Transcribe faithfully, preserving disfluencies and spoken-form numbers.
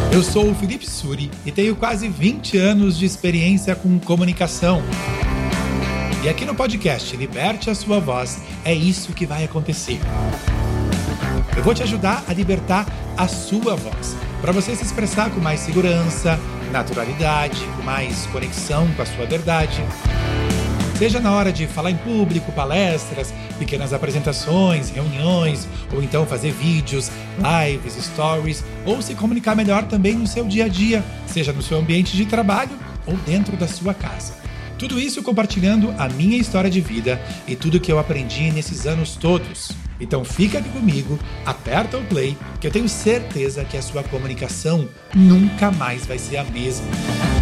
Eu sou o Felipe Suri e tenho quase vinte anos de experiência com comunicação. E aqui no podcast Liberte a Sua Voz, é isso que vai acontecer. Eu vou te ajudar a libertar a sua voz, para você se expressar com mais segurança, naturalidade, com mais conexão com a sua verdade. Seja na hora de falar em público, palestras, pequenas apresentações, reuniões, ou então fazer vídeos, lives, stories, ou se comunicar melhor também no seu dia a dia, seja no seu ambiente de trabalho ou dentro da sua casa. Tudo isso compartilhando a minha história de vida e tudo que eu aprendi nesses anos todos. Então fica aqui comigo, aperta o play, que eu tenho certeza que a sua comunicação nunca mais vai ser a mesma.